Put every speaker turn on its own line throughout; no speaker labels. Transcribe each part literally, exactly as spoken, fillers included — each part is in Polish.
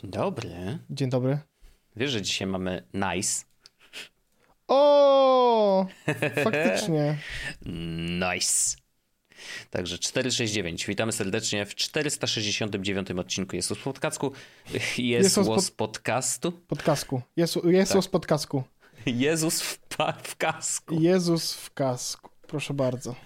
Dzień dobry.
Dzień dobry.
Wiesz, że dzisiaj mamy nice?
O, faktycznie.
Nice. Także czterysta sześćdziesiąt dziewięć. Witamy serdecznie w czterysta sześćdziesiątym dziewiątym odcinku Jezus w Podcastku. Jezus pod... podcastu.
Podcastku. Jezu, Jezus tak. Podcastku.
Jezus w, pa- w kasku.
Jezus w kasku. Proszę bardzo.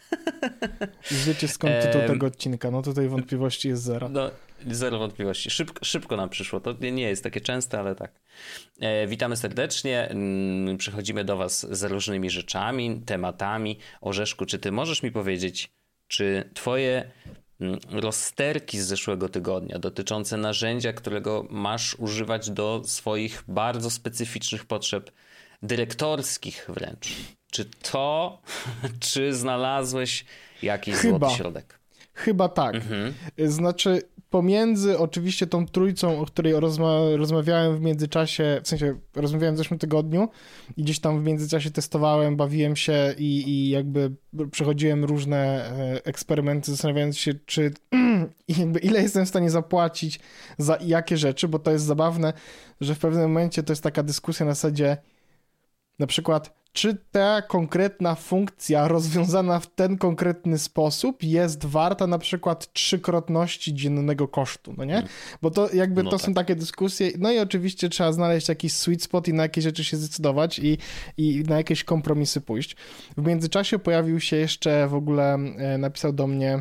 Wiecie skąd tytuł um, tego odcinka? No tutaj wątpliwości jest zero.
No, zero wątpliwości. Szybko, szybko nam przyszło. To nie jest takie częste, ale tak. E, witamy serdecznie. Przychodzimy do was z różnymi rzeczami, tematami. Orzeszku, czy ty możesz mi powiedzieć, czy twoje rozterki z zeszłego tygodnia dotyczące narzędzia, którego masz używać do swoich bardzo specyficznych potrzeb dyrektorskich wręcz, czy to, czy znalazłeś jakiś
Chyba.
złoty środek?
Chyba tak. Mhm. Znaczy pomiędzy oczywiście tą trójcą, o której rozma- rozmawiałem w międzyczasie, w sensie rozmawiałem w zeszłym tygodniu i gdzieś tam w międzyczasie testowałem, bawiłem się i, i jakby przechodziłem różne eksperymenty, zastanawiając się, czy jakby ile jestem w stanie zapłacić za jakie rzeczy, bo to jest zabawne, że w pewnym momencie to jest taka dyskusja na zasadzie na przykład, czy ta konkretna funkcja rozwiązana w ten konkretny sposób jest warta na przykład trzykrotności dziennego kosztu, no nie? Bo to jakby no to tak. są takie dyskusje, no i oczywiście trzeba znaleźć jakiś sweet spot i na jakie rzeczy się zdecydować i, i na jakieś kompromisy pójść. W międzyczasie pojawił się jeszcze w ogóle, e, napisał do mnie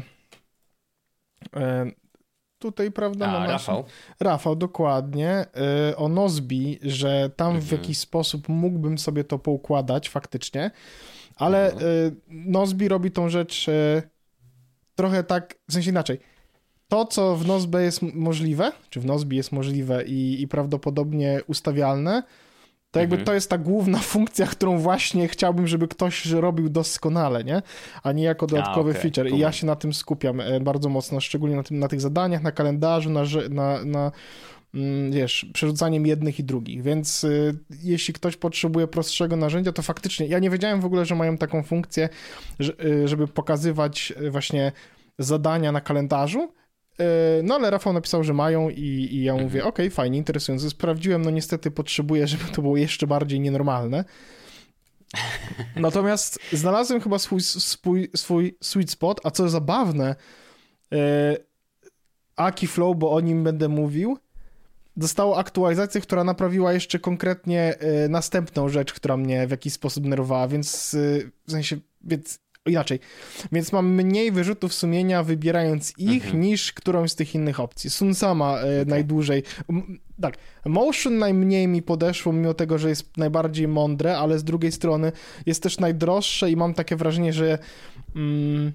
e, tutaj, prawda?
A,
na naszym...
Rafał.
Rafał, dokładnie. Yy, o Nozbi, że tam mhm. w jakiś sposób mógłbym sobie to poukładać faktycznie, ale mhm. yy, Nozbi robi tą rzecz yy, trochę tak, w sensie inaczej. To, co w Nozbe jest możliwe, czy w Nozbi jest możliwe i, i prawdopodobnie ustawialne, to jakby mhm. to jest ta główna funkcja, którą właśnie chciałbym, żeby ktoś robił doskonale, nie? A nie jako dodatkowy A, okay. feature. I ja się na tym skupiam bardzo mocno, szczególnie na, tym, na tych zadaniach, na kalendarzu, na, na, na wiesz, przerzucaniem jednych i drugich. Więc y, jeśli ktoś potrzebuje prostszego narzędzia, to faktycznie, ja nie wiedziałem w ogóle, że mają taką funkcję, że, y, żeby pokazywać właśnie zadania na kalendarzu. No ale Rafał napisał, że mają i, i ja mówię, mhm. okej, okay, fajnie, interesujące. Sprawdziłem, no niestety potrzebuję, żeby to było jeszcze bardziej nienormalne. Natomiast znalazłem chyba swój, swój, swój sweet spot, a co zabawne, e, Aki Flow, bo o nim będę mówił, dostało aktualizację, która naprawiła jeszcze konkretnie e, następną rzecz, która mnie w jakiś sposób nerwowała, więc e, w sensie, więc inaczej. Więc mam mniej wyrzutów sumienia wybierając ich mhm. niż którąś z tych innych opcji. Sunsama e, okay. najdłużej. M- tak, Motion najmniej mi podeszło, mimo tego, że jest najbardziej mądre, ale z drugiej strony jest też najdroższe i mam takie wrażenie, że mm,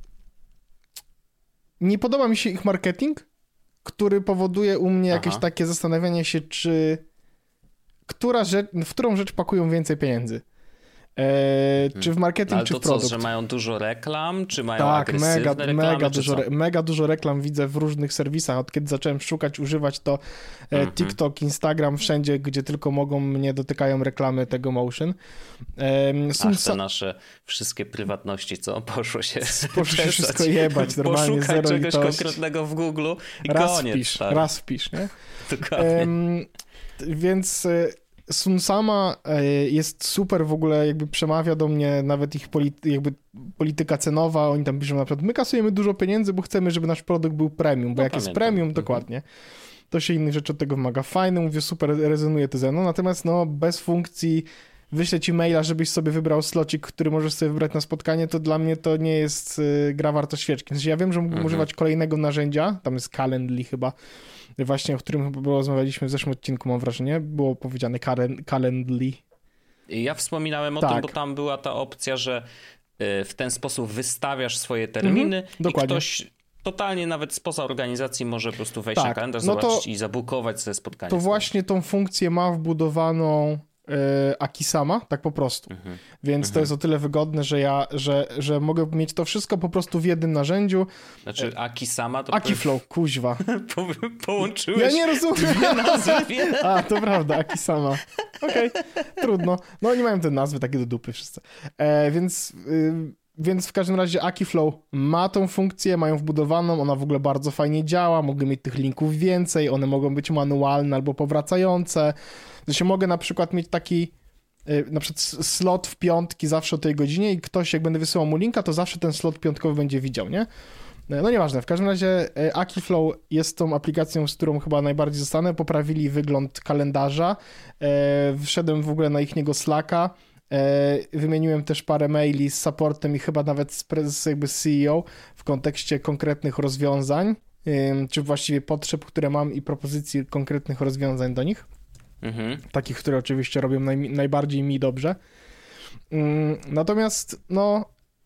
nie podoba mi się ich marketing, który powoduje u mnie jakieś Aha. takie zastanawianie się, czy która rzecz, w którą rzecz pakują więcej pieniędzy. Eee, czy w marketing,
ale
czy
to
w produkt.
Co, że mają dużo reklam, czy mają
tak,
agresywne
mega,
reklamy,
mega
czy
dużo,
co?
mega dużo reklam widzę w różnych serwisach. Od kiedy zacząłem szukać, używać to e, mm-hmm. TikTok, Instagram, wszędzie, gdzie tylko mogą, mnie dotykają reklamy tego Motion. E,
Ach, te nasze wszystkie prywatności, co? Poszło się
Poszło się wszystko jebać, normalnie.
Poszukaj
zero
czegoś
litości.
konkretnego w Google i
raz
koniec.
Wpisz,
tak.
Raz wpisz, nie?
Dokładnie. E,
więc... Sunsama jest super, w ogóle jakby przemawia do mnie nawet ich polity, jakby polityka cenowa, oni tam piszą na przykład, my kasujemy dużo pieniędzy, bo chcemy, żeby nasz produkt był premium, bo no jak pamiętam. Jest premium, mhm. dokładnie, to się innych rzeczy od tego wymaga. Fajne, mówię, super, rezonuje to ze mną, natomiast no bez funkcji wyślę ci maila, żebyś sobie wybrał slocik, który możesz sobie wybrać na spotkanie, to dla mnie to nie jest y, gra warta świeczki. Znaczy, ja wiem, że mógłbym mhm. używać kolejnego narzędzia, tam jest Calendly chyba, właśnie o którym chyba rozmawialiśmy w zeszłym odcinku, mam wrażenie, było powiedziane Calendly.
Ja wspominałem o
tak.
tym, bo tam była ta opcja, że w ten sposób wystawiasz swoje terminy mhm, i dokładnie. Ktoś totalnie nawet spoza organizacji może po prostu wejść tak. na kalendarz, no zobaczyć to, i zabukować sobie spotkanie.
To właśnie tą funkcję ma wbudowaną Akisama, tak po prostu. Mhm. Więc mhm. to jest o tyle wygodne, że ja, że, że mogę mieć to wszystko po prostu w jednym narzędziu.
Znaczy Akisama to...
Akiflow, kuźwa.
Po, połączyłeś
ja nie rozumiem.
dwie nazwy.
A, to prawda, Akisama. Okej, okay. Trudno. No oni mają te nazwy takie do dupy wszyscy. E, więc... Y, więc w każdym razie Akiflow ma tą funkcję, mają wbudowaną, ona w ogóle bardzo fajnie działa, mogę mieć tych linków więcej, one mogą być manualne albo powracające. Znaczy mogę na przykład mieć taki na przykład slot w piątki zawsze o tej godzinie i ktoś, jak będę wysyłał mu linka, to zawsze ten slot piątkowy będzie widział, nie? No nieważne, w każdym razie Akiflow jest tą aplikacją, z którą chyba najbardziej zostanę. Poprawili wygląd kalendarza, wszedłem w ogóle na ich niego Slacka, wymieniłem też parę maili z supportem i chyba nawet z, z, jakby z C E O w kontekście konkretnych rozwiązań, czy właściwie potrzeb, które mam i propozycji konkretnych rozwiązań do nich. Mhm. Takich, które oczywiście robią naj, najbardziej mi dobrze. Natomiast no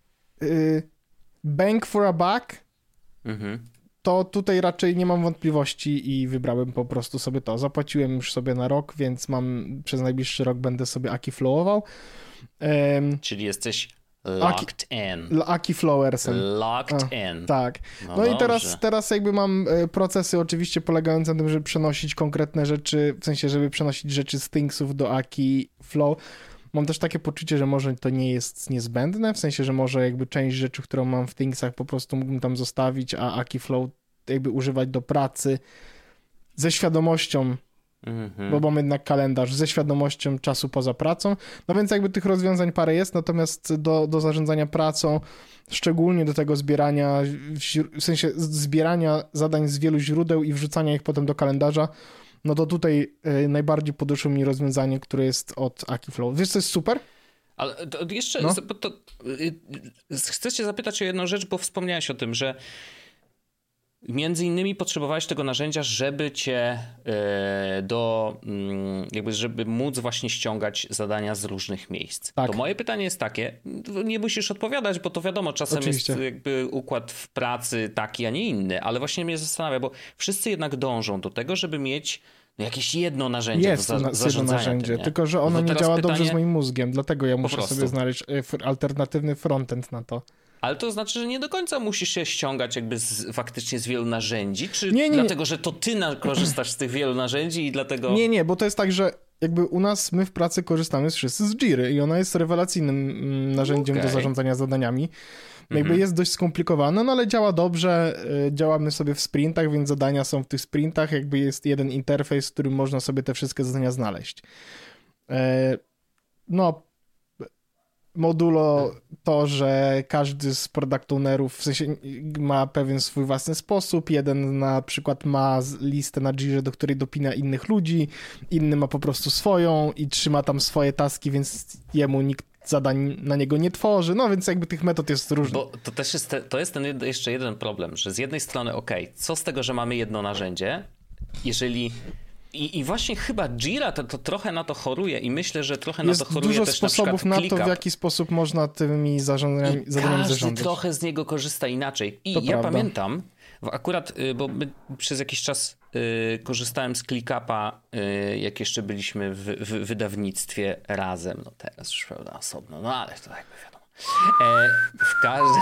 bang for a buck mhm. to tutaj raczej nie mam wątpliwości i wybrałem po prostu sobie to. Zapłaciłem już sobie na rok, więc mam przez najbliższy rok będę sobie Akiflowował. Um,
Czyli jesteś locked Aki, in.
Akiflowersem.
Locked A, in.
Tak. No, no i teraz, teraz jakby mam procesy oczywiście polegające na tym, żeby przenosić konkretne rzeczy, w sensie, żeby przenosić rzeczy z Thingsów do Akiflow. Mam też takie poczucie, że może to nie jest niezbędne, w sensie, że może jakby część rzeczy, którą mam w Thingsach po prostu mógłbym tam zostawić, a Akiflow jakby używać do pracy ze świadomością, mm-hmm. bo mam jednak kalendarz, ze świadomością czasu poza pracą. No więc jakby tych rozwiązań parę jest, natomiast do, do zarządzania pracą, szczególnie do tego zbierania, w sensie zbierania zadań z wielu źródeł i wrzucania ich potem do kalendarza, no to tutaj y, najbardziej podeszło mi rozwiązanie, które jest od Akiflow. Wiesz, co jest super?
Ale to jeszcze no? to, to, y, chcę cię zapytać o jedną rzecz, bo wspomniałeś o tym, że między innymi potrzebowałeś tego narzędzia, żeby cię y, do, y, jakby żeby móc właśnie ściągać zadania z różnych miejsc. Tak. To moje pytanie jest takie, nie musisz odpowiadać, bo to wiadomo, czasem Oczywiście. jest jakby układ w pracy taki, a nie inny, ale właśnie mnie zastanawia, bo wszyscy jednak dążą do tego, żeby mieć no, jakieś jedno narzędzie
jest
do za-
na, zarządzania narzędzie, tym, tylko że ono no nie działa pytanie... dobrze z moim mózgiem, dlatego ja muszę sobie znaleźć alternatywny frontend na to.
Ale to znaczy, że nie do końca musisz się ściągać jakby z, faktycznie z wielu narzędzi, czy
nie, nie,
dlatego, że to ty na, korzystasz z tych wielu narzędzi i dlatego...
Nie, nie, bo to jest tak, że jakby u nas, my w pracy korzystamy wszyscy z Jiry i ona jest rewelacyjnym narzędziem okay. do zarządzania zadaniami. Jakby mhm. jest dość skomplikowana, no ale działa dobrze, działamy sobie w sprintach, więc zadania są w tych sprintach, jakby jest jeden interfejs, w którym można sobie te wszystkie zadania znaleźć. No, modulo to, że każdy z product ownerów w sensie ma pewien swój własny sposób. Jeden na przykład ma listę na Jirze, do której dopina innych ludzi, inny ma po prostu swoją i trzyma tam swoje taski, więc jemu nikt zadań na niego nie tworzy, no więc jakby tych metod jest różnych.
Bo to też jest, te, to jest ten jeszcze jeden problem, że z jednej strony okej, okay, co z tego, że mamy jedno narzędzie, jeżeli... I, I właśnie chyba Jira to, to trochę na to choruje i myślę, że trochę
jest
na to choruje
dużo
też
sposobów
na,
na to, w jaki sposób można tymi zadaniami
zarządzać.
Każdy
trochę z niego korzysta inaczej. I
to
ja
prawda.
pamiętam, akurat, bo my przez jakiś czas y, korzystałem z ClickUpa, y, jak jeszcze byliśmy w, w wydawnictwie razem. No teraz już prawda osobno, no ale to jakby wiadomo. E, w każdym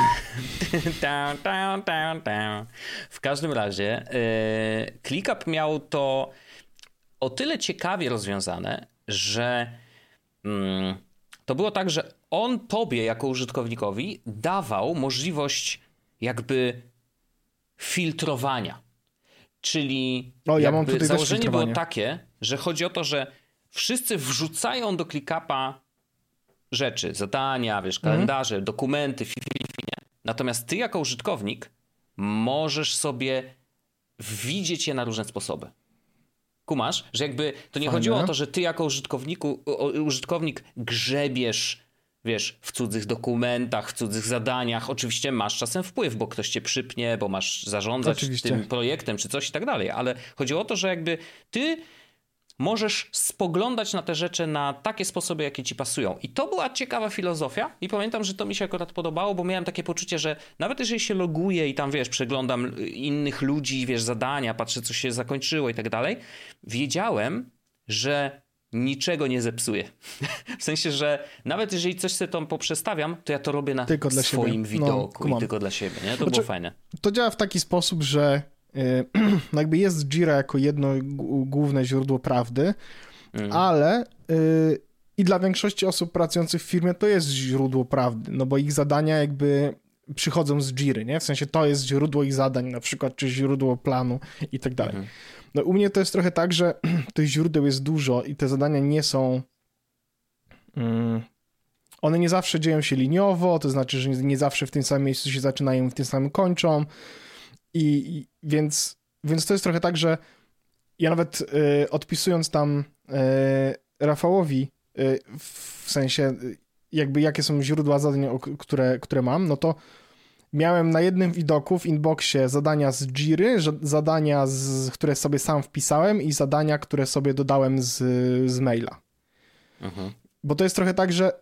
w każdym razie y, ClickUp miał to o tyle ciekawie rozwiązane, że mm, to było tak, że on tobie jako użytkownikowi dawał możliwość jakby filtrowania. Czyli
o, ja
jakby
mam tutaj
założenie było takie, że chodzi o to, że wszyscy wrzucają do ClickUpa rzeczy, zadania, wiesz, kalendarze, mhm. dokumenty, fi, fi, fi, nie? Natomiast ty jako użytkownik możesz sobie widzieć je na różne sposoby. Kumasz, że jakby to nie Fajne. chodziło o to, że ty jako użytkowniku, użytkownik grzebiesz, wiesz, w cudzych dokumentach, w cudzych zadaniach. Oczywiście masz czasem wpływ, bo ktoś cię przypnie, bo masz zarządzać Oczywiście. tym projektem czy coś i tak dalej, ale chodziło o to, że jakby ty możesz spoglądać na te rzeczy na takie sposoby, jakie ci pasują. I to była ciekawa filozofia i pamiętam, że to mi się akurat podobało, bo miałem takie poczucie, że nawet jeżeli się loguję i tam, wiesz, przeglądam innych ludzi, wiesz, zadania, patrzę, co się zakończyło i tak dalej, wiedziałem, że niczego nie zepsuję. W sensie, że nawet jeżeli coś sobie tam poprzestawiam, to ja to robię na tylko swoim widoku no, i tylko dla siebie, nie? To znaczy, było fajne.
To działa w taki sposób, że no jakby jest Jira jako jedno główne źródło prawdy, mm. ale y, i dla większości osób pracujących w firmie to jest źródło prawdy, no bo ich zadania jakby przychodzą z Jiry, nie? W sensie to jest źródło ich zadań na przykład, czy źródło planu i tak dalej. Mhm. No u mnie to jest trochę tak, że tych źródeł jest dużo i te zadania nie są... Mm, one nie zawsze dzieją się liniowo, to znaczy, że nie zawsze w tym samym miejscu się zaczynają i w tym samym kończą. I, i więc, więc to jest trochę tak, że ja nawet y, odpisując tam y, Rafałowi y, w sensie y, jakby jakie są źródła zadań, o, które, które mam, no to miałem na jednym widoku w inboxie zadania z Jiry, zadania, z, które sobie sam wpisałem i zadania, które sobie dodałem z, z maila. Mhm. Bo to jest trochę tak, że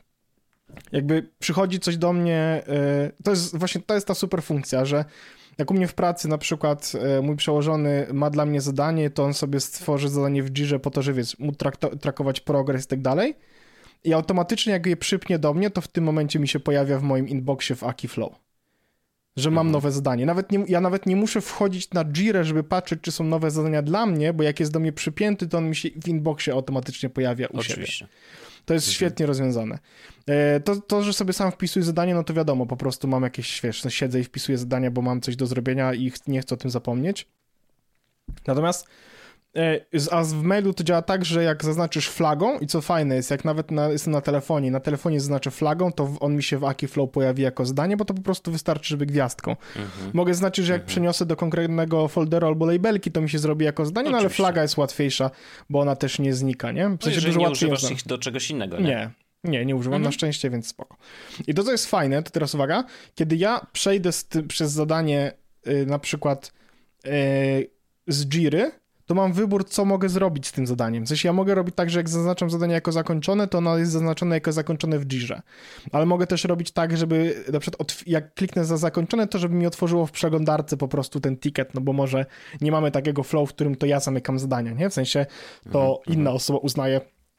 jakby przychodzi coś do mnie, to jest właśnie, to jest ta super funkcja, że jak u mnie w pracy na przykład mój przełożony ma dla mnie zadanie, to on sobie stworzy zadanie w Jirze po to, żeby wiesz, móc trak- trakować progres i tak dalej i automatycznie jak je przypnie do mnie, to w tym momencie mi się pojawia w moim inboxie w Aki Flow, że mam mhm. nowe zadanie. Nawet nie, ja nawet nie muszę wchodzić na Jirę, żeby patrzeć, czy są nowe zadania dla mnie, bo jak jest do mnie przypięty, to on mi się w inboxie automatycznie pojawia u
Oczywiście.
siebie. To jest mhm. świetnie rozwiązane. E, to, to, że sobie sam wpisuję zadanie, no to wiadomo, po prostu mam jakieś, wiesz, no siedzę i wpisuję zadania, bo mam coś do zrobienia i ch- nie chcę o tym zapomnieć. Natomiast e, a w mailu to działa tak, że jak zaznaczysz flagą i co fajne jest, jak nawet na, jestem na telefonie, na telefonie zaznaczę flagą, to on mi się w Aki Flow pojawi jako zdanie, bo to po prostu wystarczy, żeby gwiazdką. Mhm. Mogę znaczyć, że jak mhm. przeniosę do konkretnego folderu albo labelki, to mi się zrobi jako zdanie, no ale flaga jest łatwiejsza, bo ona też nie znika, nie? W sensie
no,
dużo
nie
łatwiej
używasz ich do czegoś innego, nie?
Nie. Nie, nie używam
mhm.
na szczęście, więc spoko. I to, co jest fajne, to teraz uwaga, kiedy ja przejdę z ty- przez zadanie yy, na przykład yy, z Jiry, to mam wybór, co mogę zrobić z tym zadaniem. W sensie ja mogę robić tak, że jak zaznaczam zadanie jako zakończone, to ono jest zaznaczone jako zakończone w Jirze. Ale mogę też robić tak, żeby na przykład otw- jak kliknę za zakończone, to żeby mi otworzyło w przeglądarce po prostu ten ticket, no bo może nie mamy takiego flow, w którym to ja zamykam zadania, nie? W sensie to mhm, inna osoba uznaje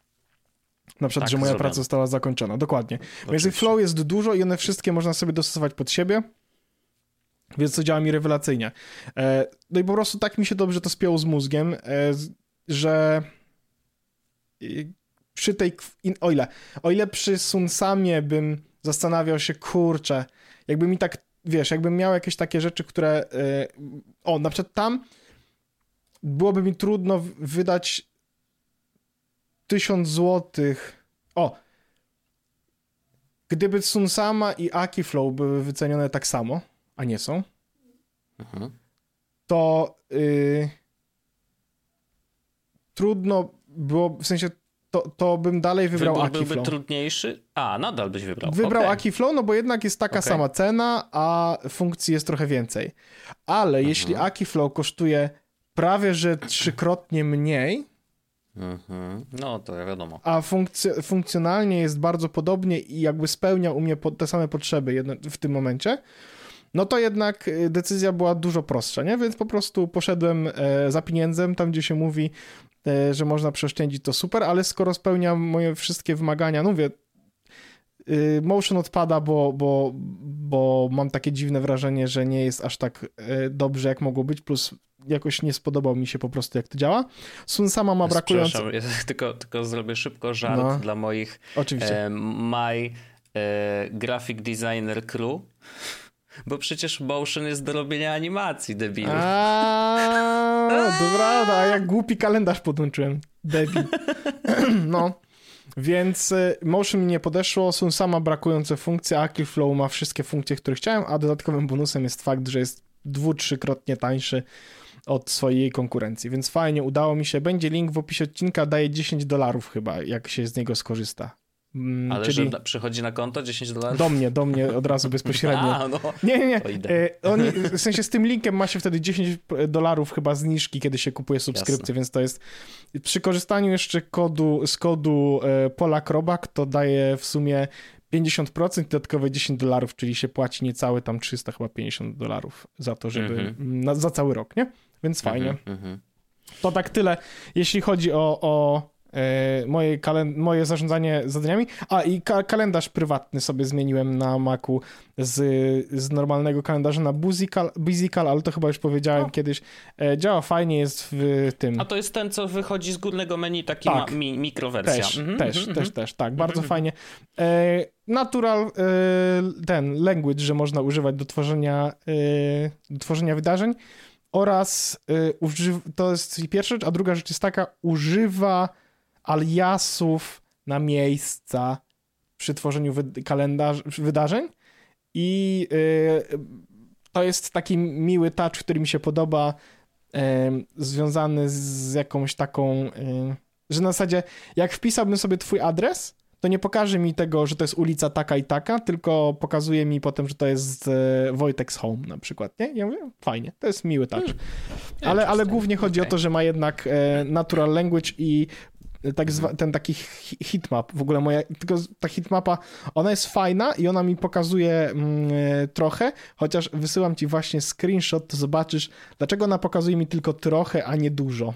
na przykład, tak, że moja zrobione. praca została zakończona. Dokładnie. Oczywiście. Więc tych flow jest dużo i one wszystkie można sobie dostosować pod siebie, więc to działa mi rewelacyjnie. No i po prostu tak mi się dobrze to spięło z mózgiem, że przy tej... O ile, o ile przy Sunsamie bym zastanawiał się, kurczę, jakby mi tak, wiesz, jakbym miał jakieś takie rzeczy, które... O, na przykład tam byłoby mi trudno wydać tysiąc złotych. O! Gdyby Sunsama i Aki Flow były wycenione tak samo, a nie są, mhm. to yy, trudno było, w sensie to, to bym dalej wybrał
Wybór
Aki
byłby
Flow.
trudniejszy? A, nadal byś wybrał.
Wybrał
okay.
Aki Flow, no bo jednak jest taka okay. sama cena, a funkcji jest trochę więcej. Ale mhm. jeśli Aki Flow kosztuje prawie że trzykrotnie mniej,
mhm. no to wiadomo.
A funkc- funkcjonalnie jest bardzo podobnie i jakby spełnia u mnie po- te same potrzeby jedno- w tym momencie, no to jednak decyzja była dużo prostsza, nie? Więc po prostu poszedłem e, za pieniędzem, tam gdzie się mówi, e, że można przeoszczędzić, to super, ale skoro spełnia moje wszystkie wymagania, no mówię, y, Motion odpada, bo, bo, bo mam takie dziwne wrażenie, że nie jest aż tak e, dobrze, jak mogło być, plus jakoś nie spodobał mi się po prostu, jak to działa. Sunsama ma brakujące...
Ja tylko, tylko zrobię szybko żart no, dla moich
oczywiście.
E, my e, graphic designer crew, bo przecież Motion jest do robienia animacji, debilu.
Aaaa, dobra, a jak głupi kalendarz podłączyłem. Debil. No, więc Motion mi nie podeszło, Sunsama brakujące funkcje, Aki Flow ma wszystkie funkcje, które chciałem, a dodatkowym bonusem jest fakt, że jest dwu, trzykrotnie tańszy od swojej konkurencji, więc fajnie, udało mi się. Będzie link w opisie odcinka, daje dziesięć dolarów chyba, jak się z niego skorzysta.
Mm, Ale czyli... że przychodzi na konto dziesięć dolarów?
Do mnie, do mnie od razu bezpośrednio.
A, no.
Nie, nie, nie. E, oni, w sensie z tym linkiem ma się wtedy dziesięć dolarów chyba zniżki, kiedy się kupuje subskrypcję, Jasne. Więc to jest... Przy korzystaniu jeszcze kodu, z kodu e, Polak Robak to daje w sumie pięćdziesiąt procent, dodatkowe dziesięć dolarów, czyli się płaci niecałe tam trzysta chyba pięćdziesiąt dolarów za to, żeby... Mm-hmm. Na, za cały rok, nie? Więc fajnie. Mm-hmm. To tak tyle, jeśli chodzi o, o e, moje, kalen- moje zarządzanie zadaniami. A i ka- kalendarz prywatny sobie zmieniłem na Macu z, z normalnego kalendarza na Busycal, Busycal, ale to chyba już powiedziałem no. kiedyś. E, działa fajnie, jest w tym.
A to jest ten, co wychodzi z górnego menu, taki tak. ma, mi, mikrowersja.
Też,
mhm,
też,
mhm,
też,
mhm.
też, tak, bardzo mhm. fajnie. E, natural, e, ten language, że można używać do tworzenia, e, do tworzenia wydarzeń oraz e, uży- to jest pierwsza rzecz, a druga rzecz jest taka, używa aliasów na miejsca przy tworzeniu wy- kalendarz, wydarzeń i e, to jest taki miły touch, który mi się podoba, e, związany z jakąś taką, e, że na zasadzie jak wpisałbym sobie twój adres, to nie pokaże mi tego, że to jest ulica taka i taka, tylko pokazuje mi potem, że to jest e, Wojtek's Home na przykład, nie? Ja mówię, fajnie, to jest miły touch. Hmm. Ale, ale głównie chodzi okay. o to, że ma jednak e, natural language i tak zwa, ten taki hitmap, w ogóle moja, tylko ta hitmapa, ona jest fajna i ona mi pokazuje mm, trochę, chociaż wysyłam ci właśnie screenshot, to zobaczysz, dlaczego ona pokazuje mi tylko trochę, a nie dużo.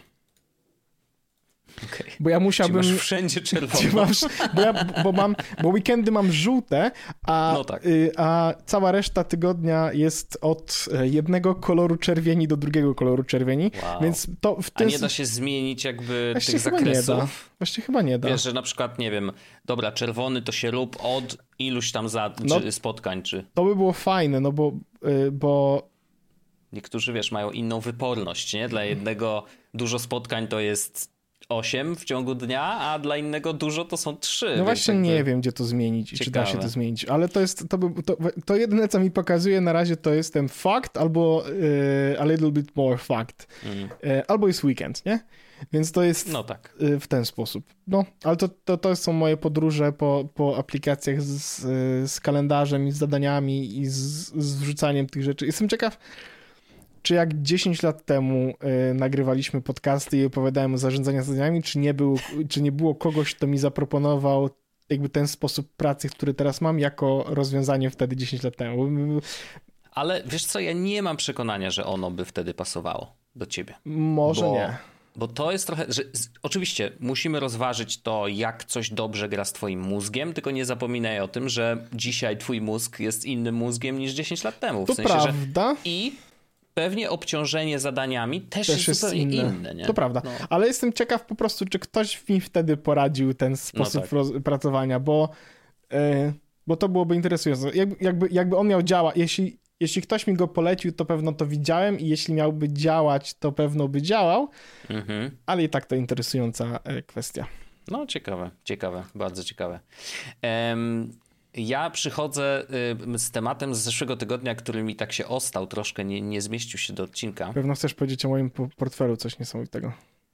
Okay.
Bo ja musiałbym...
Czyli masz wszędzie czerwono.
Mam, bo, ja, bo, mam, bo weekendy mam żółte, a,
no tak.
y, a cała reszta tygodnia jest od jednego koloru czerwieni do drugiego koloru czerwieni,
wow.
więc to w tym...
A nie da się zmienić jakby
Właściwie
tych
chyba
zakresów?
Nie da. Właściwie chyba nie da.
Wiesz, że na przykład, nie wiem, dobra, czerwony to się rób od iluś tam za,
no,
czy spotkań, czy...
To by było fajne, no bo... Y, bo...
Niektórzy, wiesz, mają inną wyporność, nie? Dla jednego dużo spotkań to jest osiem w ciągu dnia, a dla innego dużo to są trzy.
No właśnie jakby... nie wiem, gdzie to zmienić i czy da się to zmienić, ale to jest, to, by, to, to jedyne, co mi pokazuje na razie, to jest ten fact albo y, a little bit more fact. Mm. Y, albo jest weekend, nie? Więc to jest
no tak.
y, w ten sposób. No, ale to, to, to są moje podróże po, po aplikacjach z, z kalendarzem i z zadaniami i z, z wrzucaniem tych rzeczy. Jestem ciekaw, czy jak dziesięć lat temu y, nagrywaliśmy podcasty i opowiadałem o zarządzaniu zadaniami, czy nie, był, czy nie było kogoś, kto mi zaproponował jakby ten sposób pracy, który teraz mam, jako rozwiązanie wtedy dziesięć lat temu.
Ale wiesz co, ja nie mam przekonania, że ono by wtedy pasowało do ciebie.
Może
bo,
nie.
Bo to jest trochę, że z, oczywiście musimy rozważyć to, jak coś dobrze gra z twoim mózgiem, tylko nie zapominaj o tym, że dzisiaj twój mózg jest innym mózgiem niż dziesięć lat temu. W
to
sensie,
prawda.
Że i pewnie obciążenie zadaniami też, też jest, jest zupełnie inne. inne nie?
To prawda, no. Ale jestem ciekaw po prostu, czy ktoś mi wtedy poradził ten sposób no tak. roz- pracowania, bo, yy, bo to byłoby interesujące. Jakby, jakby, jakby on miał działać, jeśli, jeśli ktoś mi go polecił, to pewno to widziałem i jeśli miałby działać, to pewno by działał, mhm. ale i tak to interesująca kwestia.
No ciekawe, ciekawe, bardzo ciekawe. Um, Ja przychodzę y, z tematem z zeszłego tygodnia, który mi tak się ostał troszkę, nie, nie zmieścił się do odcinka.
Pewno chcesz powiedzieć o moim portfelu coś niesamowitego.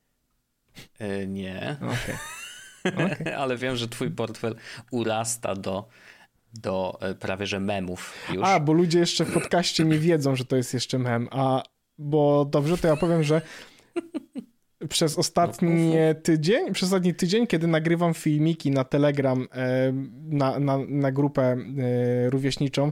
Y, nie.
Okay. Okay.
Ale wiem, że twój portfel urasta do, do prawie że memów już.
A, bo ludzie jeszcze w podcaście nie wiedzą, że to jest jeszcze mem. A, bo dobrze, to ja powiem, że przez ostatni tydzień, przez ostatni tydzień, kiedy nagrywam filmiki na Telegram, na, na, na grupę rówieśniczą,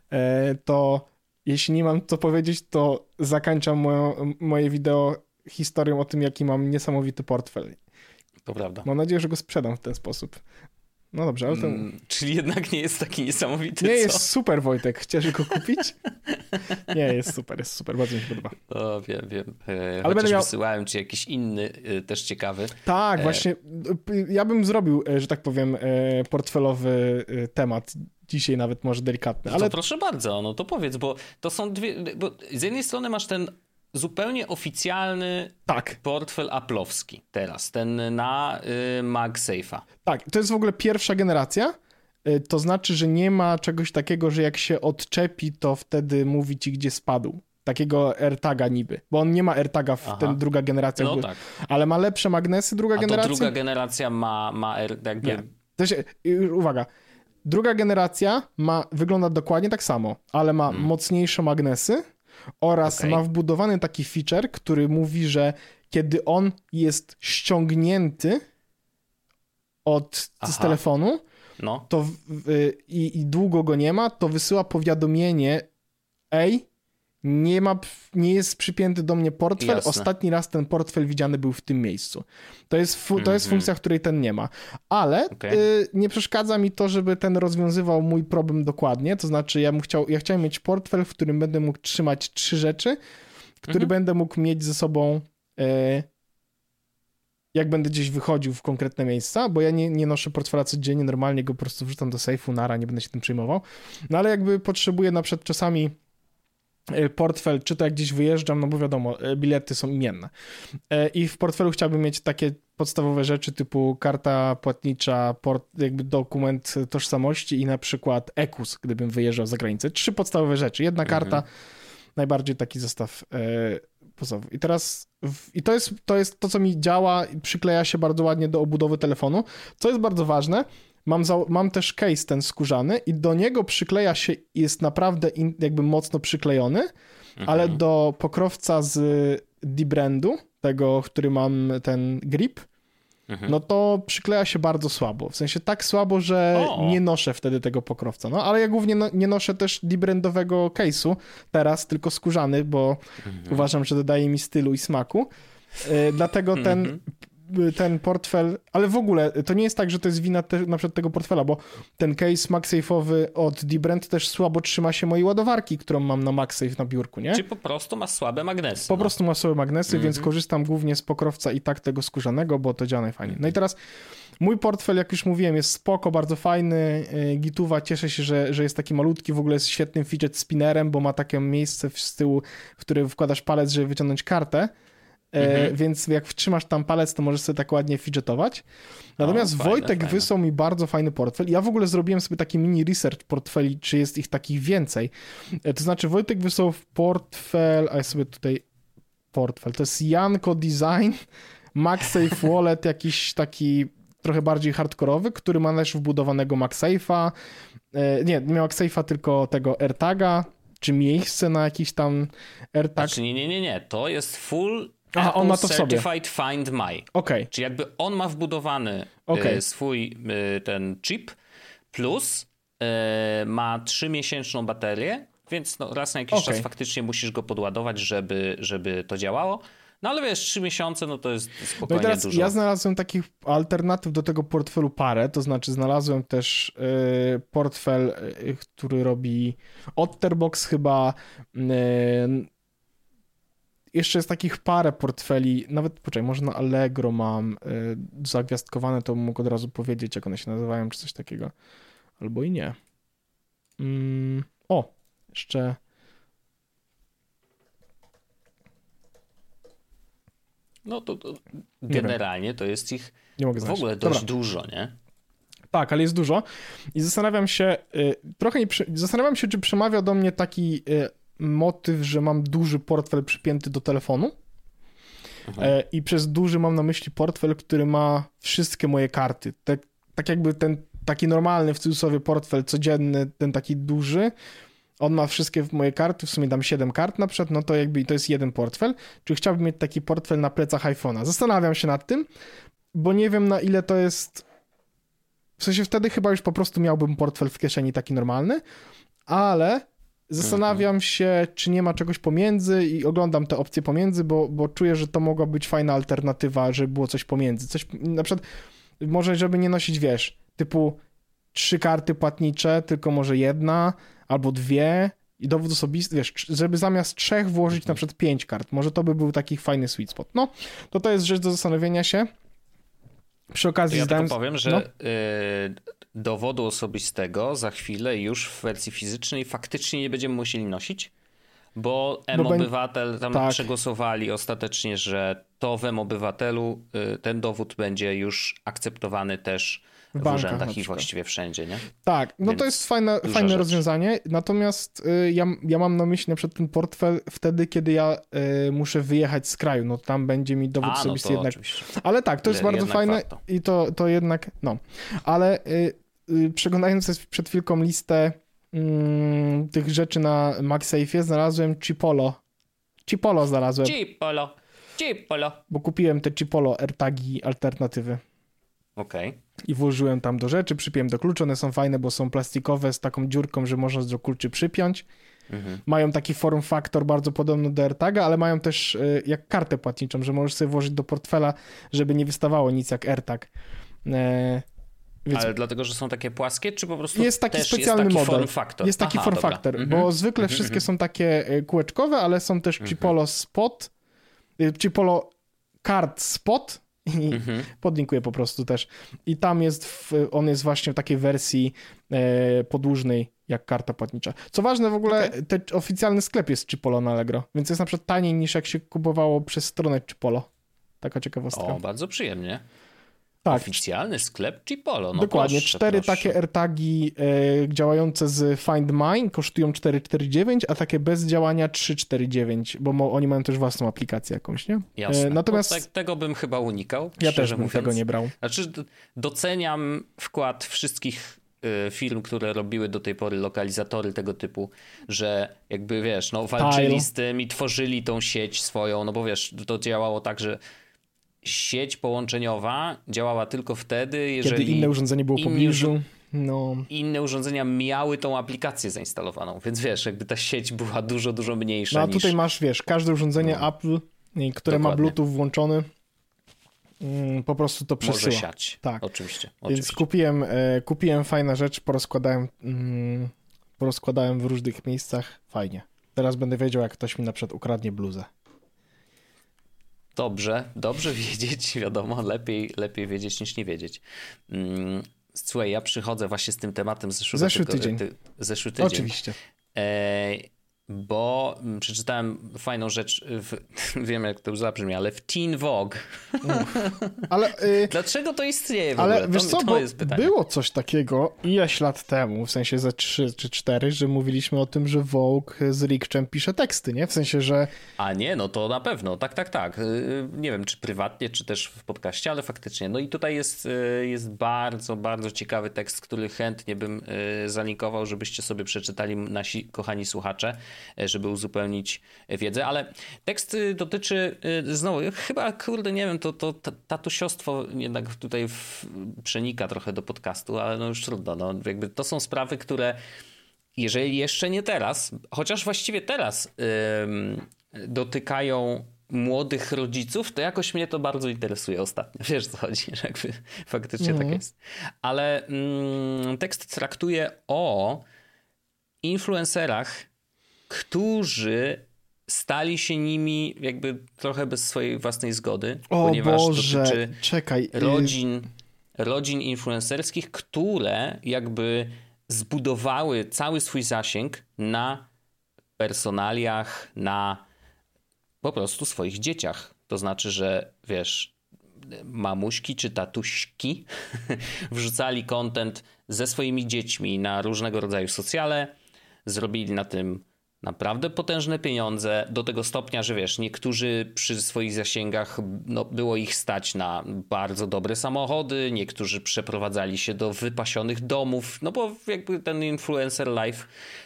to jeśli nie mam co powiedzieć, to zakończam moją, moje wideo historią o tym, jaki mam niesamowity portfel.
To prawda.
Mam nadzieję, że go sprzedam w ten sposób. No dobrze, ale to...
Mm, czyli jednak nie jest taki niesamowity,
Nie,
co?
jest super, Wojtek. Chcesz go kupić? Nie, jest super, jest super. Bardzo mi się podoba.
O, wiem, wiem. E,
ale będę miał...
wysyłałem ci jakiś inny, e, też ciekawy.
Tak, e... właśnie. Ja bym zrobił, że tak powiem, portfelowy temat. Dzisiaj nawet może delikatny. Ale...
To proszę bardzo, no to powiedz, bo to są dwie... Bo z jednej strony masz ten zupełnie oficjalny
tak.
portfel Apple'owski teraz, ten na y, MagSafe'a.
Tak, to jest w ogóle pierwsza generacja, y, to znaczy, że nie ma czegoś takiego, że jak się odczepi, to wtedy mówi ci, gdzie spadł. Takiego AirTaga niby, bo on nie ma AirTaga w ten druga generacja,
no
jakby,
tak.
ale ma lepsze magnesy druga
A
generacja.
A to druga generacja ma, ma jakby...
Nie. To się, uwaga, druga generacja ma, wygląda dokładnie tak samo, ale ma hmm. mocniejsze magnesy, oraz okay. ma wbudowany taki feature, który mówi, że kiedy on jest ściągnięty od z telefonu
no.
to w, y, i, i długo go nie ma, to wysyła powiadomienie: ej, nie ma, nie jest przypięty do mnie portfel.
Jasne.
Ostatni raz ten portfel widziany był w tym miejscu. To jest, fu- to jest
Mm-hmm.
funkcja, której ten nie ma. Ale
Okay.
y, nie przeszkadza mi to, żeby ten rozwiązywał mój problem dokładnie. To znaczy ja, bym chciał, ja chciałem mieć portfel, w którym będę mógł trzymać trzy rzeczy, który mm-hmm. będę mógł mieć ze sobą y, jak będę gdzieś wychodził w konkretne miejsca, bo ja nie, nie noszę portfela codziennie, normalnie go po prostu wrzucam do sejfu, nara, nie będę się tym przejmował. No ale jakby potrzebuję na przykład czasami portfel, czy to jak gdzieś wyjeżdżam, no bo wiadomo, bilety są imienne. I w portfelu chciałbym mieć takie podstawowe rzeczy typu karta płatnicza, port, jakby dokument tożsamości i na przykład E K U S, gdybym wyjeżdżał za granicę. Trzy podstawowe rzeczy. Jedna mhm. karta, najbardziej taki zestaw e, podstawowy. I teraz, w, i to jest, to jest to, co mi działa i przykleja się bardzo ładnie do obudowy telefonu. Co jest bardzo ważne, Mam, za, mam też case ten skórzany i do niego przykleja się, jest naprawdę in, jakby mocno przyklejony, mhm. ale do pokrowca z D-brandu, tego, który mam ten grip, mhm. no to przykleja się bardzo słabo. W sensie tak słabo, że o. nie noszę wtedy tego pokrowca. No ale ja głównie no, nie noszę też D-brandowego case'u teraz, tylko skórzany, bo mhm. uważam, że dodaje mi stylu i smaku. Yy, dlatego ten... Mhm. ten portfel, ale w ogóle to nie jest tak, że to jest wina te, na przykład tego portfela, bo ten case MagSafe'owy od D-Brand też słabo trzyma się mojej ładowarki, którą mam na MagSafe na biurku, nie?
Czy po prostu ma słabe magnesy.
Po
no.
prostu ma słabe magnesy, mm-hmm. więc korzystam głównie z pokrowca i tak tego skórzanego, bo to działa najfajniej. No i teraz mój portfel, jak już mówiłem, jest spoko, bardzo fajny, gituwa, cieszę się, że, że jest taki malutki, w ogóle jest świetnym fidget spinnerem, bo ma takie miejsce z tyłu, w które wkładasz palec, żeby wyciągnąć kartę. Mhm. Więc jak wtrzymasz tam palec, to możesz sobie tak ładnie fidgetować. Natomiast o, fajne, Wojtek fajne. wysłał mi bardzo fajny portfel. Ja w ogóle zrobiłem sobie taki mini research portfeli, czy jest ich takich więcej. To znaczy Wojtek wysłał portfel, a ja sobie tutaj portfel, to jest Janko Design MagSafe Wallet, jakiś taki trochę bardziej hardkorowy, który ma też wbudowanego MagSafe'a. Nie, nie MagSafe'a, tylko tego AirTaga, czy miejsce na jakiś tam AirTag.
Znaczy nie, nie, nie, nie, to jest full
Aha, on ma to w sobie.
Certified Find My.
Okay.
Czyli jakby on ma wbudowany okay. swój ten chip, plus ma trzymiesięczną baterię, więc no raz na jakiś okay. czas faktycznie musisz go podładować, żeby, żeby to działało. No ale wiesz, trzy miesiące, no to jest spokojnie
no i teraz
dużo.
Ja znalazłem takich alternatyw do tego portfelu parę, to znaczy znalazłem też y, portfel, y, który robi Otterbox chyba. Y, Jeszcze jest takich parę portfeli, nawet, poczekaj, może na Allegro mam y, zagwiazdkowane, to mógł od razu powiedzieć, jak one się nazywają, czy coś takiego. Albo i nie. Mm, o, jeszcze...
No to, to generalnie to jest ich
nie mogę
w ogóle dość Dobra. dużo, nie?
Tak, ale jest dużo i zastanawiam się, y, trochę nie, zastanawiam się, czy przemawia do mnie taki... Y, motyw, że mam duży portfel przypięty do telefonu e, i przez duży mam na myśli portfel, który ma wszystkie moje karty. Tak, tak jakby ten taki normalny w cudzysłowie portfel codzienny, ten taki duży, on ma wszystkie moje karty, w sumie dam siedem kart na przykład, no to jakby to jest jeden portfel. Czy chciałbym mieć taki portfel na plecach iPhone'a? Zastanawiam się nad tym, bo nie wiem na ile to jest... W sensie wtedy chyba już po prostu miałbym portfel w kieszeni taki normalny, ale... Zastanawiam się, czy nie ma czegoś pomiędzy i oglądam te opcje pomiędzy, bo, bo czuję, że to mogła być fajna alternatywa, żeby było coś pomiędzy. Coś, na przykład może, żeby nie nosić, wiesz, typu trzy karty płatnicze, tylko może jedna albo dwie i dowód osobisty, wiesz, żeby zamiast trzech włożyć na przykład pięć kart. Może to by był taki fajny sweet spot. No, to to jest rzecz do zastanowienia się. Przy okazji
ja
zdałem...
tylko powiem, że
no.
y, dowodu osobistego za chwilę już w wersji fizycznej faktycznie nie będziemy musieli nosić, bo M-Obywatel tam tak. przegłosowali ostatecznie, że to w M-Obywatelu y, ten dowód będzie już akceptowany też w, w urzędach i właściwie wszędzie, nie?
Tak, no Więc to jest fajne, fajne rozwiązanie, natomiast y, ja, ja mam na myśli na przykład ten portfel wtedy, kiedy ja y, muszę wyjechać z kraju, no tam będzie mi dowód
A,
osobisty
no
jednak.
Oczywiście.
Ale tak, to jest
Le,
bardzo fajne
warto.
i to, to jednak, no. Ale y, y, przeglądając przed chwilką listę y, tych rzeczy na MagSafe'ie, znalazłem Chipolo. Chipolo znalazłem.
Chipolo, Chipolo.
Bo kupiłem te Chipolo AirTagi alternatywy.
Okej. Okay.
I włożyłem tam do rzeczy, przypiąłem do kluczy, one są fajne, bo są plastikowe z taką dziurką, że można do kluczy przypiąć. Mhm. Mają taki form factor bardzo podobny do AirTaga, ale mają też y, jak kartę płatniczą, że możesz sobie włożyć do portfela, żeby nie wystawało nic jak AirTag. E,
Więc... Ale dlatego, że są takie płaskie, czy po prostu
jest taki
też
specjalny
jest taki
model.
form factor?
Jest taki
Aha,
form
dobra.
factor,
Mhm.
bo zwykle
Mhm.
wszystkie są takie kółeczkowe, ale są też Chipolo Spot, Chipolo Card Spot i mhm. podlinkuję po prostu też. I tam jest, w, on jest właśnie w takiej wersji e, podłużnej jak karta płatnicza. Co ważne w ogóle, okay. ten oficjalny sklep jest Chipolo na Allegro, więc jest na przykład taniej niż jak się kupowało przez stronę Chipolo. Taka ciekawostka.
O, bardzo przyjemnie.
Tak.
Oficjalny sklep Chipolo. No
dokładnie,
proszę,
cztery
proszę.
takie AirTagi e, działające z Find My kosztują cztery cztery dziewięć, a takie bez działania trzy cztery dziewięć, bo mo, oni mają też własną aplikację jakąś, nie?
Jasne.
E, natomiast
tak, tego bym chyba unikał.
Ja też bym
mówiąc.
tego nie brał.
Znaczy doceniam wkład wszystkich y, firm, które robiły do tej pory lokalizatory tego typu, że jakby wiesz, no walczyli
Tile.
z tym i tworzyli tą sieć swoją, no bo wiesz, to działało tak, że sieć połączeniowa działała tylko wtedy, jeżeli...
Kiedy inne urządzenie było w pobliżu. No.
Inne urządzenia miały tą aplikację zainstalowaną, więc wiesz, jakby ta sieć była dużo, dużo mniejsza.
No a
niż...
tutaj masz, wiesz, każde urządzenie no. Apple, które Dokładnie. ma Bluetooth włączony, mm, po prostu to przesyła.
Może siać, tak. Oczywiście.
Więc
oczywiście.
kupiłem, e, kupiłem fajna rzecz, porozkładałem, mm, porozkładałem w różnych miejscach, fajnie. Teraz będę wiedział, jak ktoś mi na przykład ukradnie bluzę.
Dobrze, dobrze wiedzieć, wiadomo, lepiej, lepiej wiedzieć niż nie wiedzieć. Mm, słuchaj, ja przychodzę właśnie z tym tematem zeszłego
zeszły
tygo,
tydzień.
Ty, zeszły tydzień.
Oczywiście.
E, bo przeczytałem fajną rzecz, w, wiem jak to zabrzmi, ale w Teen Vogue.
Ale, y,
dlaczego to istnieje w
ale
ogóle?
wiesz
To,
co,
to
bo
jest pytanie.
było coś takiego ileś lat temu, w sensie ze trzy czy cztery, że mówiliśmy o tym, że Vogue z Rikczem pisze teksty, nie? W sensie, że...
A nie, no to na pewno, tak, tak, tak. Nie wiem, czy prywatnie, czy też w podcaście, ale faktycznie. No i tutaj jest, jest bardzo, bardzo ciekawy tekst, który chętnie bym zalinkował, żebyście sobie przeczytali, nasi kochani słuchacze, żeby uzupełnić wiedzę, ale tekst dotyczy, znowu, chyba, kurde, nie wiem, to, to tatusiostwo jednak tutaj w, przenika trochę do podcastu, ale no już trudno, no jakby to są sprawy, które jeżeli jeszcze nie teraz, chociaż właściwie teraz ym, dotykają młodych rodziców, to jakoś mnie to bardzo interesuje ostatnio. Wiesz, co chodzi, że jakby faktycznie mm. tak jest. Ale ym, tekst traktuje o influencerach, którzy stali się nimi jakby trochę bez swojej własnej zgody,
o
ponieważ
Boże,
dotyczy
czekaj.
rodzin, rodzin influencerskich, które jakby zbudowały cały swój zasięg na personaliach, na po prostu swoich dzieciach. To znaczy, że wiesz, mamuśki czy tatuśki wrzucali content ze swoimi dziećmi na różnego rodzaju socjale, zrobili na tym naprawdę potężne pieniądze, do tego stopnia, że wiesz, niektórzy przy swoich zasięgach, no, było ich stać na bardzo dobre samochody, niektórzy przeprowadzali się do wypasionych domów, no bo jakby ten influencer life,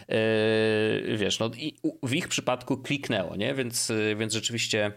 yy, wiesz, no i w ich przypadku kliknęło, nie? Więc, więc rzeczywiście